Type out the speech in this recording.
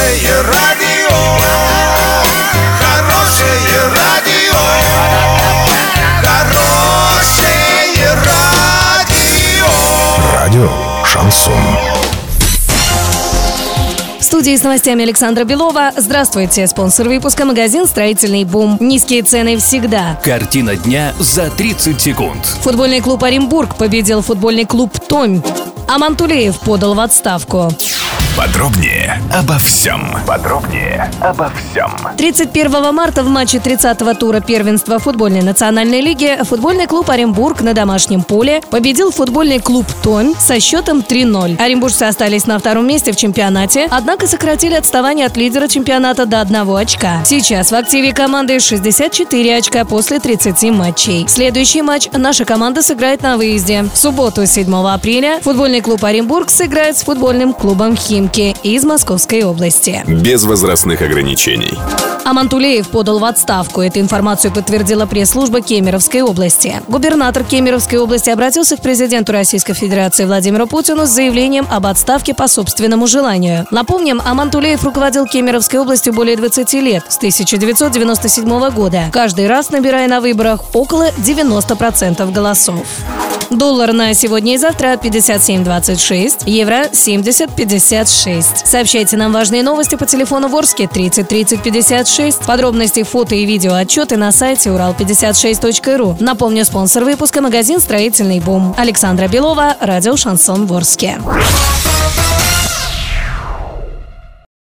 Хорошее радио, хорошее радио, хорошее радио. Радио «Шансон». В студии с новостями Александра Белова. Здравствуйте. Спонсор выпуска — магазин «Строительный бум». Низкие цены всегда. Картина дня за 30 секунд. Футбольный клуб «Оренбург» победил футбольный клуб «Томь». А Мантулеев подал в отставку. Подробнее обо всем. 31 марта в матче 30-го тура первенства футбольной национальной лиги футбольный клуб «Оренбург» на домашнем поле победил футбольный клуб «Томь» со счетом 3-0. Оренбуржцы остались на втором месте в чемпионате, однако сократили отставание от лидера чемпионата до 1 очка. Сейчас в активе команды 64 очка после 30 матчей. Следующий матч наша команда сыграет на выезде. В субботу, 7 апреля, футбольный клуб «Оренбург» сыграет с футбольным клубом «Химки» из Московской области. Без возрастных ограничений. А Мантулеев подал в отставку. Эту информацию подтвердила пресс-служба Кемеровской области. Губернатор Кемеровской области обратился к президенту Российской Федерации Владимиру Путину с заявлением об отставке по собственному желанию. Напомним, Мантулеев руководил Кемеровской областью более 20 лет, с 1997 года, каждый раз набирая на выборах около 90% голосов. Доллар на сегодня и завтра 57.26, евро 70.56. Сообщайте нам важные новости по телефону Ворске 30 30 56. Подробности, фото и видео отчеты на сайте урал56.ру. Напомню, спонсор выпуска — магазин «Строительный бум». Александра Белова, радио «Шансон» Ворске.